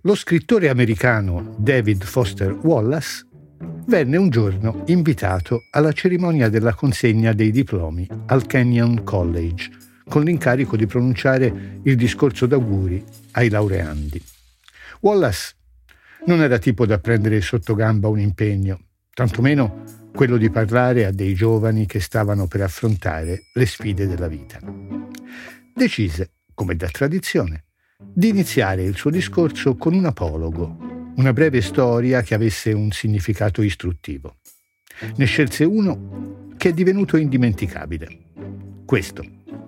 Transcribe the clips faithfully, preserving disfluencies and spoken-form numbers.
Lo scrittore americano David Foster Wallace venne un giorno invitato alla cerimonia della consegna dei diplomi al Kenyon College, con l'incarico di pronunciare il discorso d'auguri ai laureandi. Wallace non era tipo da prendere sotto gamba un impegno, tantomeno quello di parlare a dei giovani che stavano per affrontare le sfide della vita. Decise, come da tradizione, di iniziare il suo discorso con un apologo, una breve storia che avesse un significato istruttivo. Ne scelse uno che è divenuto indimenticabile. Questo.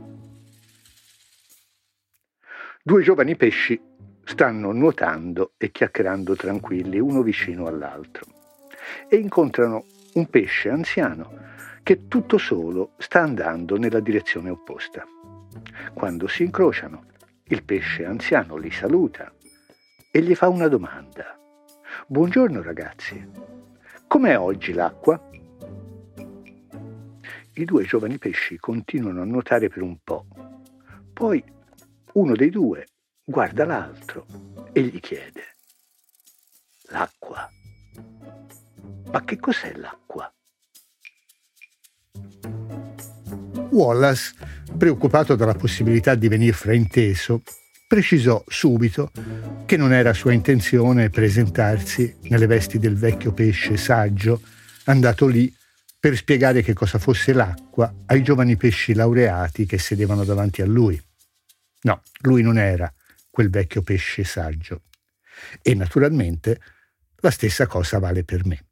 Due giovani pesci stanno nuotando e chiacchierando tranquilli, uno vicino all'altro, e incontrano un pesce anziano che tutto solo sta andando nella direzione opposta. Quando si incrociano, il pesce anziano li saluta e gli fa una domanda. «Buongiorno ragazzi, com'è oggi l'acqua?» I due giovani pesci continuano a nuotare per un po'. Poi uno dei due guarda l'altro e gli chiede: «L'acqua? Ma che cos'è l'acqua?» Wallace, preoccupato dalla possibilità di venir frainteso, precisò subito che non era sua intenzione presentarsi nelle vesti del vecchio pesce saggio, andato lì per spiegare che cosa fosse l'acqua ai giovani pesci laureati che sedevano davanti a lui. No, lui non era quel vecchio pesce saggio. E naturalmente la stessa cosa vale per me.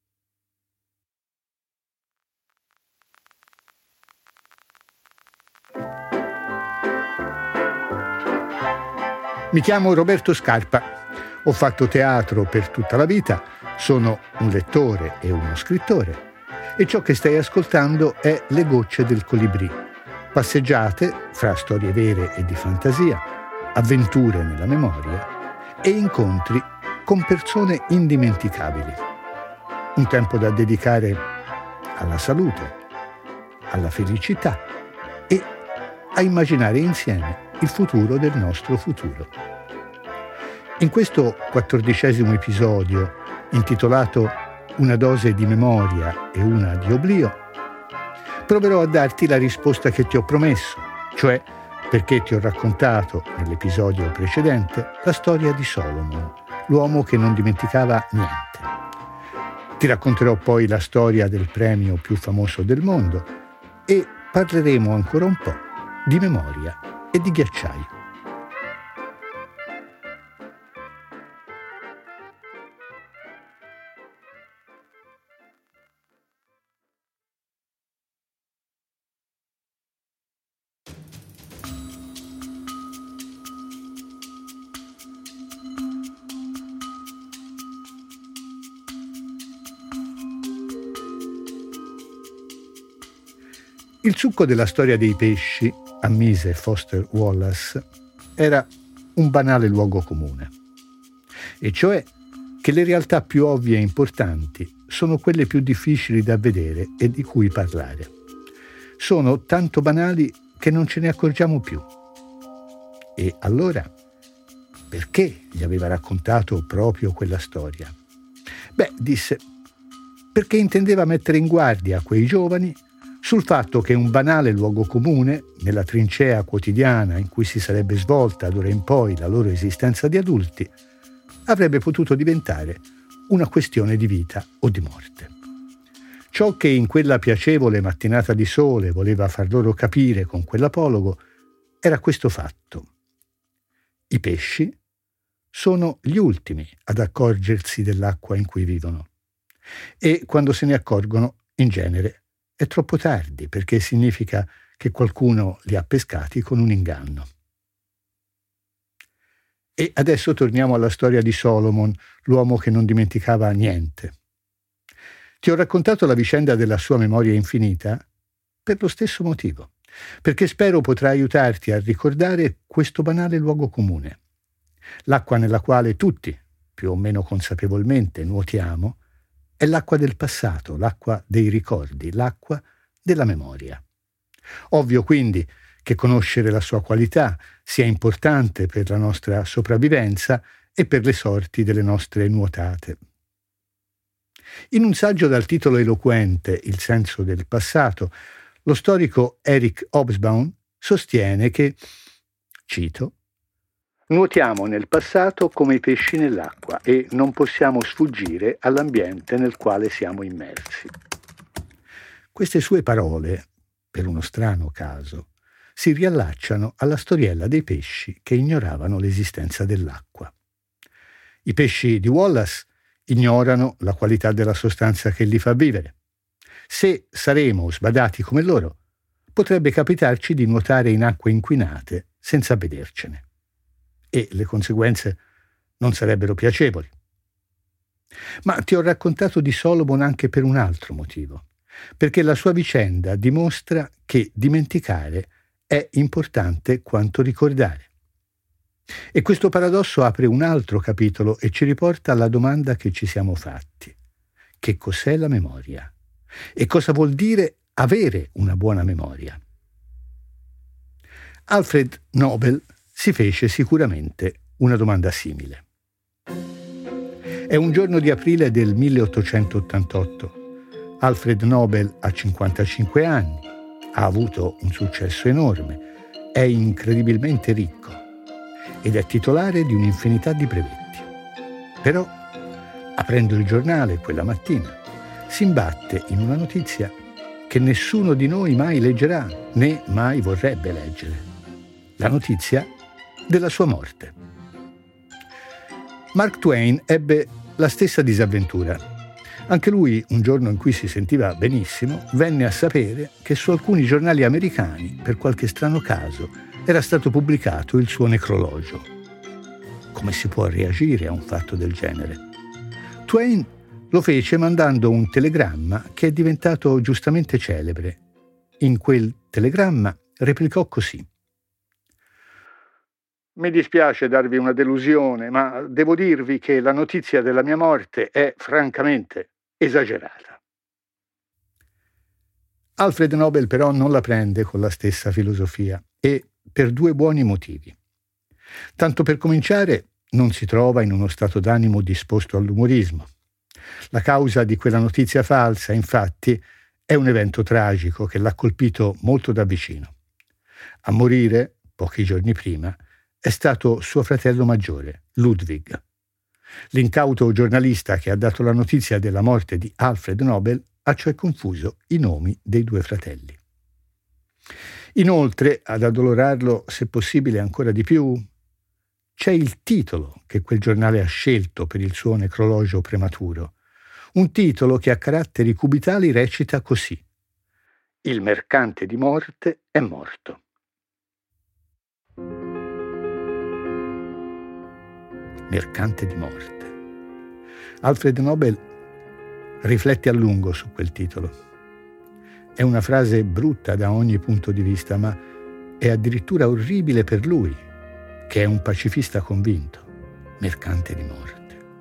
Mi chiamo Roberto Scarpa, ho fatto teatro per tutta la vita, sono un lettore e uno scrittore e ciò che stai ascoltando è Le gocce del colibrì, passeggiate fra storie vere e di fantasia, avventure nella memoria e incontri con persone indimenticabili. Un tempo da dedicare alla salute, alla felicità e a immaginare insieme il futuro del nostro futuro. In questo quattordicesimo episodio, intitolato Una dose di memoria e una di oblio, proverò a darti la risposta che ti ho promesso, cioè perché ti ho raccontato nell'episodio precedente la storia di Solomon, l'uomo che non dimenticava niente. Ti racconterò poi la storia del premio più famoso del mondo e parleremo ancora un po' di memoria e di ghiacciai. Il succo della storia dei pesci, ammise Foster Wallace, era un banale luogo comune, e cioè che le realtà più ovvie e importanti sono quelle più difficili da vedere e di cui parlare. Sono tanto banali che non ce ne accorgiamo più. E allora, perché gli aveva raccontato proprio quella storia? Beh, disse, perché intendeva mettere in guardia quei giovani sul fatto che un banale luogo comune, nella trincea quotidiana in cui si sarebbe svolta d'ora in poi la loro esistenza di adulti, avrebbe potuto diventare una questione di vita o di morte. Ciò che in quella piacevole mattinata di sole voleva far loro capire con quell'apologo era questo fatto. I pesci sono gli ultimi ad accorgersi dell'acqua in cui vivono e quando se ne accorgono, in genere, è troppo tardi, perché significa che qualcuno li ha pescati con un inganno. E adesso torniamo alla storia di Solomon, l'uomo che non dimenticava niente. Ti ho raccontato la vicenda della sua memoria infinita per lo stesso motivo, perché spero potrà aiutarti a ricordare questo banale luogo comune. L'acqua nella quale tutti, più o meno consapevolmente, nuotiamo, è l'acqua del passato, l'acqua dei ricordi, l'acqua della memoria. Ovvio quindi che conoscere la sua qualità sia importante per la nostra sopravvivenza e per le sorti delle nostre nuotate. In un saggio dal titolo eloquente Il senso del passato, lo storico Eric Hobsbawm sostiene che, cito, «Nuotiamo nel passato come i pesci nell'acqua e non possiamo sfuggire all'ambiente nel quale siamo immersi». Queste sue parole, per uno strano caso, si riallacciano alla storiella dei pesci che ignoravano l'esistenza dell'acqua. I pesci di Wallace ignorano la qualità della sostanza che li fa vivere. Se saremo sbadati come loro, potrebbe capitarci di nuotare in acque inquinate senza vedercene. E le conseguenze non sarebbero piacevoli. Ma ti ho raccontato di Solomon anche per un altro motivo, perché la sua vicenda dimostra che dimenticare è importante quanto ricordare. E questo paradosso apre un altro capitolo e ci riporta alla domanda che ci siamo fatti. Che cos'è la memoria? E cosa vuol dire avere una buona memoria? Alfred Nobel si fece sicuramente una domanda simile. È un giorno di aprile del milleottocentottantotto. Alfred Nobel ha cinquantacinque anni, ha avuto un successo enorme, è incredibilmente ricco ed è titolare di un'infinità di brevetti. Però, aprendo il giornale quella mattina, si imbatte in una notizia che nessuno di noi mai leggerà, né mai vorrebbe leggere. La notizia della sua morte. Mark Twain ebbe la stessa disavventura. Anche lui, un giorno in cui si sentiva benissimo, venne a sapere che su alcuni giornali americani, per qualche strano caso, era stato pubblicato il suo necrologio. Come si può reagire a un fatto del genere? Twain lo fece mandando un telegramma che è diventato giustamente celebre. In quel telegramma replicò così: «Mi dispiace darvi una delusione, ma devo dirvi che la notizia della mia morte è francamente esagerata». Alfred Nobel però non la prende con la stessa filosofia e per due buoni motivi. Tanto per cominciare, non si trova in uno stato d'animo disposto all'umorismo. La causa di quella notizia falsa, infatti, è un evento tragico che l'ha colpito molto da vicino. A morire, pochi giorni prima, è stato suo fratello maggiore, Ludwig. L'incauto giornalista che ha dato la notizia della morte di Alfred Nobel ha cioè confuso i nomi dei due fratelli. Inoltre, ad addolorarlo, se possibile ancora di più, c'è il titolo che quel giornale ha scelto per il suo necrologio prematuro. Un titolo che a caratteri cubitali recita così: «Il mercante di morte è morto». Mercante di morte. Alfred Nobel riflette a lungo su quel titolo. È una frase brutta da ogni punto di vista, ma è addirittura orribile per lui, che è un pacifista convinto. Mercante di morte.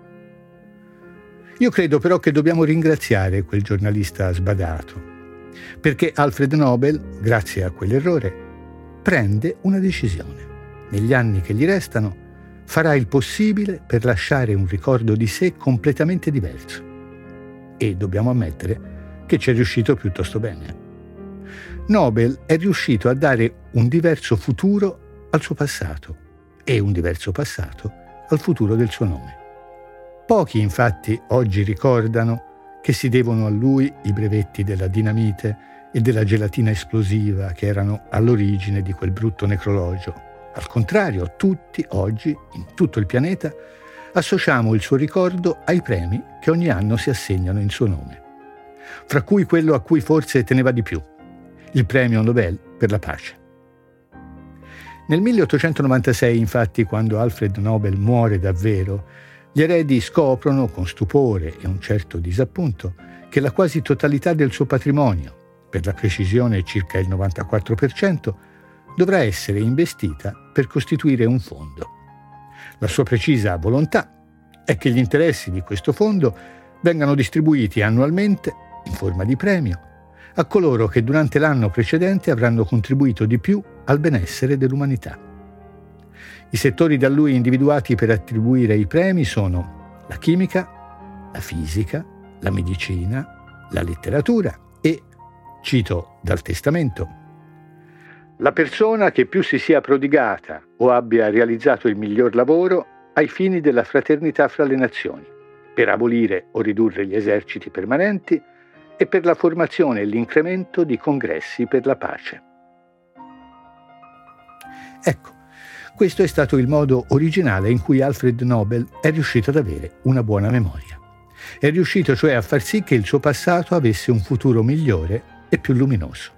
Io credo però che dobbiamo ringraziare quel giornalista sbadato, perché Alfred Nobel, grazie a quell'errore, prende una decisione. Negli anni che gli restano, farà il possibile per lasciare un ricordo di sé completamente diverso. E dobbiamo ammettere che ci è riuscito piuttosto bene. Nobel è riuscito a dare un diverso futuro al suo passato e un diverso passato al futuro del suo nome. Pochi, infatti, oggi ricordano che si devono a lui i brevetti della dinamite e della gelatina esplosiva che erano all'origine di quel brutto necrologio. Al contrario, tutti oggi, in tutto il pianeta, associamo il suo ricordo ai premi che ogni anno si assegnano in suo nome, fra cui quello a cui forse teneva di più, il premio Nobel per la pace. Nel milleottocentonovantasei, infatti, quando Alfred Nobel muore davvero, gli eredi scoprono con stupore e un certo disappunto che la quasi totalità del suo patrimonio, per la precisione circa il novantaquattro per cento, dovrà essere investita per costituire un fondo. La sua precisa volontà è che gli interessi di questo fondo vengano distribuiti annualmente, in forma di premio, a coloro che durante l'anno precedente avranno contribuito di più al benessere dell'umanità. I settori da lui individuati per attribuire i premi sono la chimica, la fisica, la medicina, la letteratura e, cito dal testamento, la persona che più si sia prodigata o abbia realizzato il miglior lavoro ai fini della fraternità fra le nazioni, per abolire o ridurre gli eserciti permanenti e per la formazione e l'incremento di congressi per la pace. Ecco, questo è stato il modo originale in cui Alfred Nobel è riuscito ad avere una buona memoria. È riuscito cioè a far sì che il suo passato avesse un futuro migliore e più luminoso.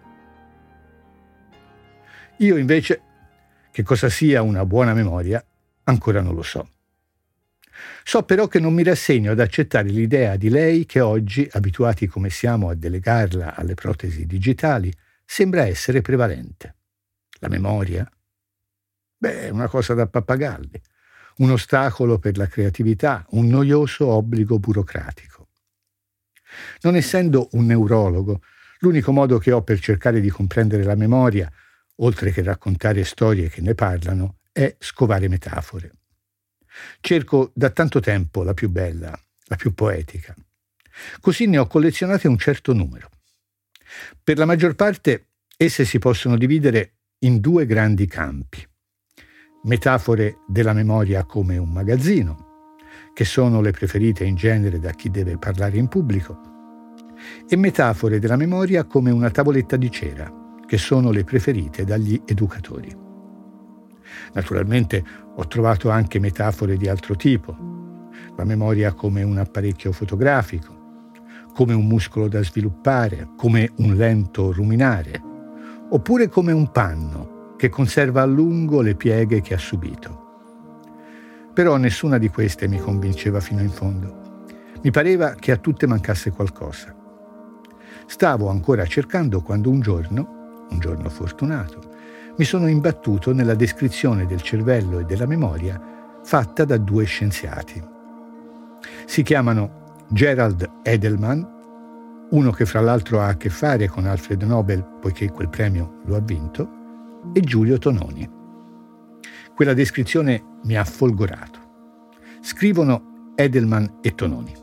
Io invece, che cosa sia una buona memoria, ancora non lo so. So però che non mi rassegno ad accettare l'idea di lei che oggi, abituati come siamo a delegarla alle protesi digitali, sembra essere prevalente. La memoria? Beh, è una cosa da pappagalli, un ostacolo per la creatività, un noioso obbligo burocratico. Non essendo un neurologo, l'unico modo che ho per cercare di comprendere la memoria, oltre che raccontare storie che ne parlano, è scovare metafore. Cerco da tanto tempo la più bella, la più poetica. Così ne ho collezionate un certo numero. Per la maggior parte esse si possono dividere in due grandi campi. Metafore della memoria come un magazzino, che sono le preferite in genere da chi deve parlare in pubblico, e metafore della memoria come una tavoletta di cera, che sono le preferite dagli educatori. Naturalmente ho trovato anche metafore di altro tipo, la memoria come un apparecchio fotografico, come un muscolo da sviluppare, come un lento ruminare, oppure come un panno che conserva a lungo le pieghe che ha subito. Però nessuna di queste mi convinceva fino in fondo. Mi pareva che a tutte mancasse qualcosa. Stavo ancora cercando quando un giorno, un giorno fortunato, mi sono imbattuto nella descrizione del cervello e della memoria fatta da due scienziati. Si chiamano Gerald Edelman, uno che fra l'altro ha a che fare con Alfred Nobel, poiché quel premio lo ha vinto, e Giulio Tononi. Quella descrizione mi ha folgorato. Scrivono Edelman e Tononi.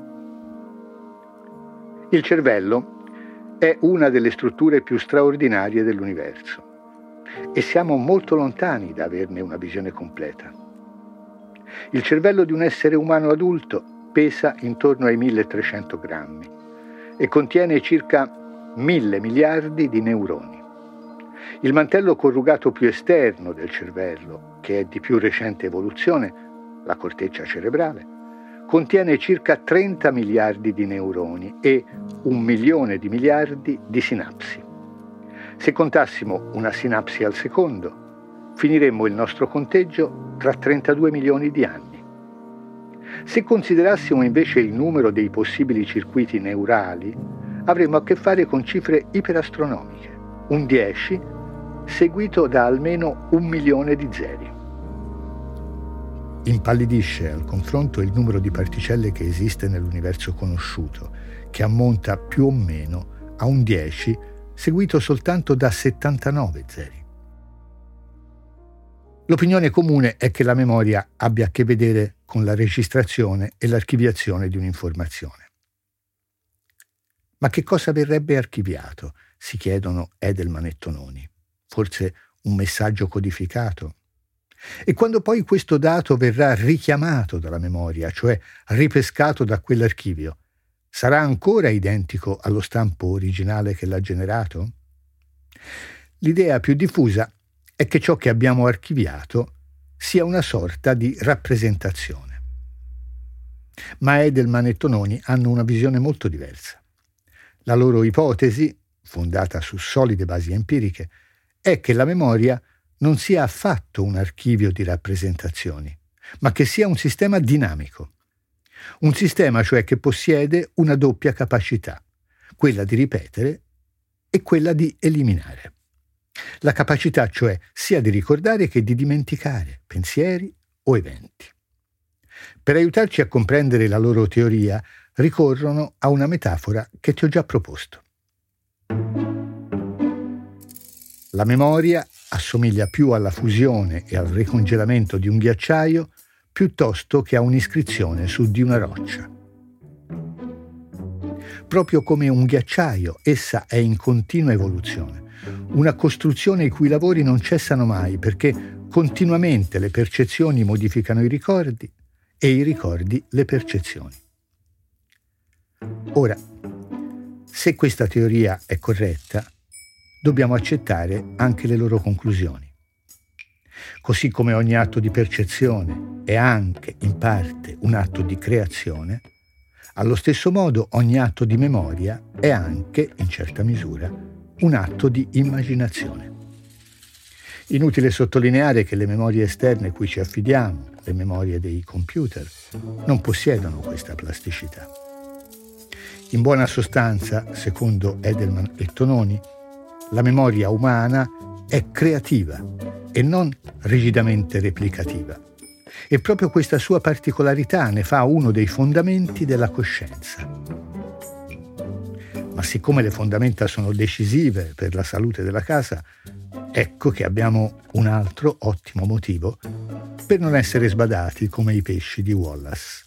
Il cervello è una delle strutture più straordinarie dell'universo e siamo molto lontani da averne una visione completa. Il cervello di un essere umano adulto pesa intorno ai milletrecento grammi e contiene circa mille miliardi di neuroni. Il mantello corrugato più esterno del cervello, che è di più recente evoluzione, la corteccia cerebrale, contiene circa trenta miliardi di neuroni e un milione di miliardi di sinapsi. Se contassimo una sinapsi al secondo, finiremmo il nostro conteggio tra trentadue milioni di anni. Se considerassimo invece il numero dei possibili circuiti neurali, avremmo a che fare con cifre iperastronomiche, un dieci seguito da almeno un milione di zeri. Impallidisce al confronto il numero di particelle che esiste nell'universo conosciuto, che ammonta più o meno a un dieci seguito soltanto da settantanove zeri. L'opinione comune è che la memoria abbia a che vedere con la registrazione e l'archiviazione di un'informazione. Ma che cosa verrebbe archiviato? Si chiedono Edelman e Tononi. Forse un messaggio codificato? E quando poi questo dato verrà richiamato dalla memoria, cioè ripescato da quell'archivio, sarà ancora identico allo stampo originale che l'ha generato? L'idea più diffusa è che ciò che abbiamo archiviato sia una sorta di rappresentazione. Ma Edelman e Tononi hanno una visione molto diversa. La loro ipotesi, fondata su solide basi empiriche, è che la memoria non sia affatto un archivio di rappresentazioni, ma che sia un sistema dinamico. Un sistema cioè che possiede una doppia capacità, quella di ripetere e quella di eliminare. La capacità cioè sia di ricordare che di dimenticare pensieri o eventi. Per aiutarci a comprendere la loro teoria, ricorrono a una metafora che ti ho già proposto. La memoria assomiglia più alla fusione e al ricongelamento di un ghiacciaio piuttosto che a un'iscrizione su di una roccia. Proprio come un ghiacciaio, essa è in continua evoluzione, una costruzione i cui lavori non cessano mai perché continuamente le percezioni modificano i ricordi e i ricordi le percezioni. Ora, se questa teoria è corretta, dobbiamo accettare anche le loro conclusioni. Così come ogni atto di percezione è anche, in parte, un atto di creazione, allo stesso modo ogni atto di memoria è anche, in certa misura, un atto di immaginazione. Inutile sottolineare che le memorie esterne cui ci affidiamo, le memorie dei computer, non possiedono questa plasticità. In buona sostanza, secondo Edelman e Tononi, la memoria umana è creativa e non rigidamente replicativa. E proprio questa sua particolarità ne fa uno dei fondamenti della coscienza. Ma siccome le fondamenta sono decisive per la salute della casa, ecco che abbiamo un altro ottimo motivo per non essere sbadati come i pesci di Wallace.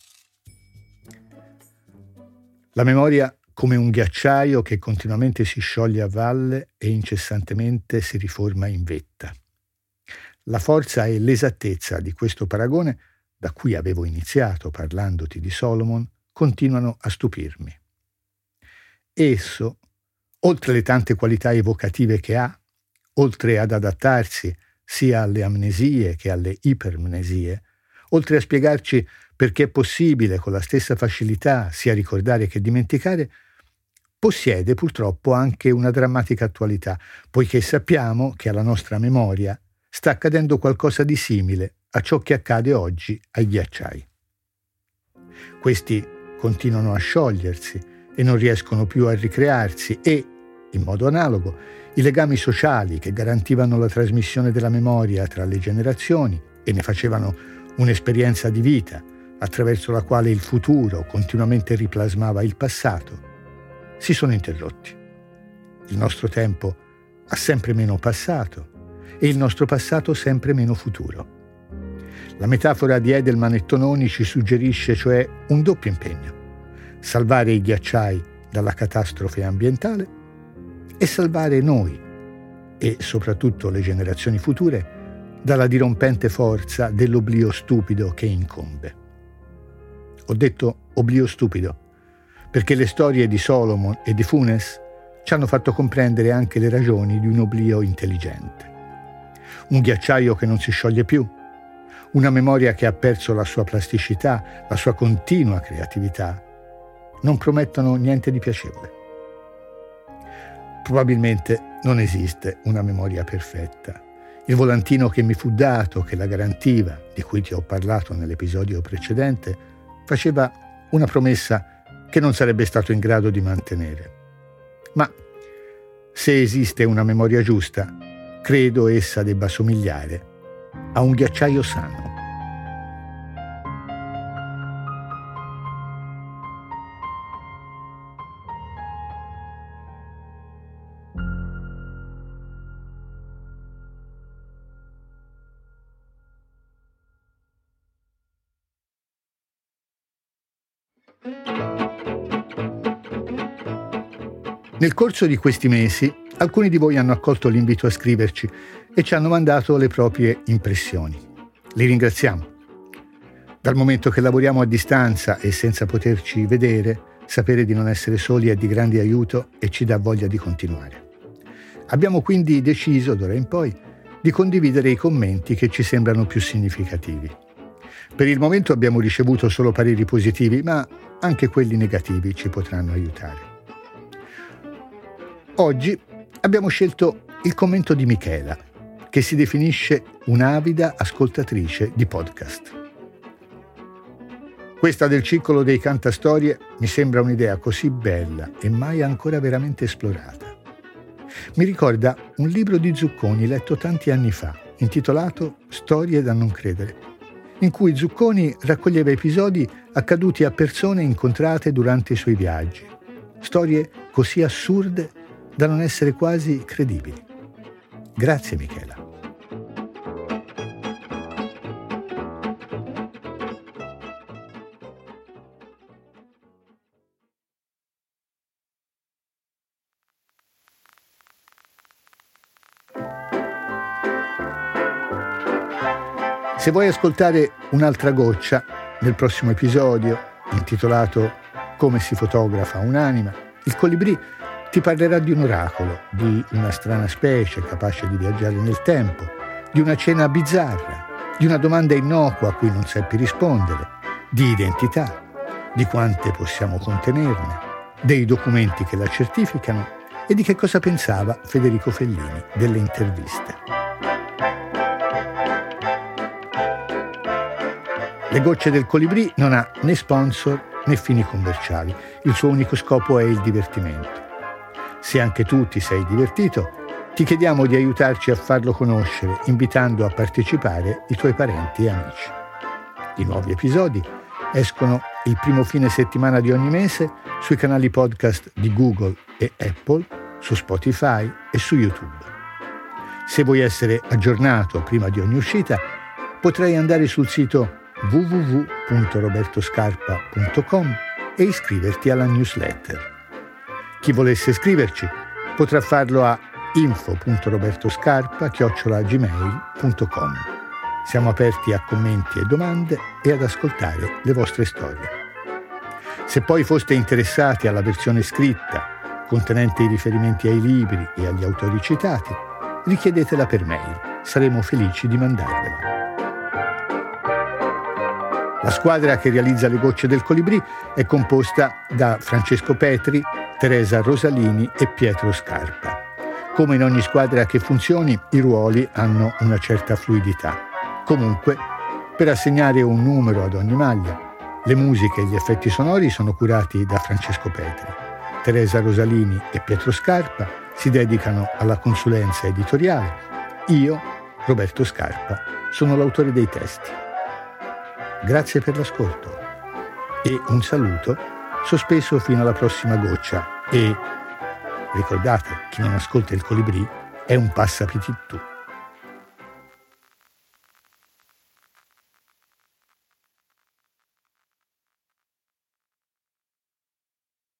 La memoria come un ghiacciaio che continuamente si scioglie a valle e incessantemente si riforma in vetta. La forza e l'esattezza di questo paragone, da cui avevo iniziato parlandoti di Solomon, continuano a stupirmi. Esso, oltre le tante qualità evocative che ha, oltre ad adattarsi sia alle amnesie che alle ipermnesie, oltre a spiegarci perché è possibile con la stessa facilità sia ricordare che dimenticare, possiede purtroppo anche una drammatica attualità, poiché sappiamo che alla nostra memoria sta accadendo qualcosa di simile a ciò che accade oggi ai ghiacciai. Questi continuano a sciogliersi e non riescono più a ricrearsi e, in modo analogo, i legami sociali che garantivano la trasmissione della memoria tra le generazioni e ne facevano un'esperienza di vita attraverso la quale il futuro continuamente riplasmava il passato, si sono interrotti. Il nostro tempo ha sempre meno passato e il nostro passato sempre meno futuro. La metafora di Edelman e Tononi ci suggerisce cioè un doppio impegno: salvare i ghiacciai dalla catastrofe ambientale e salvare noi, e soprattutto le generazioni future, dalla dirompente forza dell'oblio stupido che incombe. Ho detto oblio stupido perché le storie di Solomon e di Funes ci hanno fatto comprendere anche le ragioni di un oblio intelligente. Un ghiacciaio che non si scioglie più, una memoria che ha perso la sua plasticità, la sua continua creatività, non promettono niente di piacevole. Probabilmente non esiste una memoria perfetta. Il volantino che mi fu dato, che la garantiva, di cui ti ho parlato nell'episodio precedente, faceva una promessa che non sarebbe stato in grado di mantenere. Ma se esiste una memoria giusta, credo essa debba somigliare a un ghiacciaio sano. Nel corso di questi mesi, alcuni di voi hanno accolto l'invito a scriverci e ci hanno mandato le proprie impressioni. Li ringraziamo. Dal momento che lavoriamo a distanza e senza poterci vedere, sapere di non essere soli è di grande aiuto e ci dà voglia di continuare. Abbiamo quindi deciso, d'ora in poi, di condividere i commenti che ci sembrano più significativi. Per il momento abbiamo ricevuto solo pareri positivi, ma anche quelli negativi ci potranno aiutare. Oggi abbiamo scelto il commento di Michela, che si definisce un'avida ascoltatrice di podcast. Questa del circolo dei cantastorie mi sembra un'idea così bella e mai ancora veramente esplorata. Mi ricorda un libro di Zucconi letto tanti anni fa, intitolato Storie da non credere, in cui Zucconi raccoglieva episodi accaduti a persone incontrate durante i suoi viaggi, storie così assurde da non essere quasi credibili. Grazie Michela. Se vuoi ascoltare un'altra goccia, nel prossimo episodio, intitolato Come si fotografa un'anima, il Colibrì ti parlerà di un oracolo, di una strana specie capace di viaggiare nel tempo, di una cena bizzarra, di una domanda innocua a cui non seppi rispondere, di identità, di quante possiamo contenerne, dei documenti che la certificano e di che cosa pensava Federico Fellini delle interviste. Le gocce del Colibrì non ha né sponsor né fini commerciali, il suo unico scopo è il divertimento. Se anche tu ti sei divertito, ti chiediamo di aiutarci a farlo conoscere, invitando a partecipare i tuoi parenti e amici. I nuovi episodi escono il primo fine settimana di ogni mese sui canali podcast di Google e Apple, su Spotify e su YouTube. Se vuoi essere aggiornato prima di ogni uscita, potrai andare sul sito w w w punto roberto scarpa punto com e iscriverti alla newsletter. Chi volesse scriverci potrà farlo a info punto robertoscarpa chiocciola gmail punto com. Siamo aperti a commenti e domande e ad ascoltare le vostre storie. Se poi foste interessati alla versione scritta, contenente i riferimenti ai libri e agli autori citati, richiedetela per mail. Saremo felici di mandarvela. La squadra che realizza Le gocce del Colibrì è composta da Francesco Petri, Teresa Rosalini e Pietro Scarpa. Come in ogni squadra che funzioni, i ruoli hanno una certa fluidità. Comunque, per assegnare un numero ad ogni maglia, le musiche e gli effetti sonori sono curati da Francesco Petri. Teresa Rosalini e Pietro Scarpa si dedicano alla consulenza editoriale. Io, Roberto Scarpa, sono l'autore dei testi. Grazie per l'ascolto e un saluto sospeso fino alla prossima goccia e ricordate, chi non ascolta il Colibrì è un passapititù.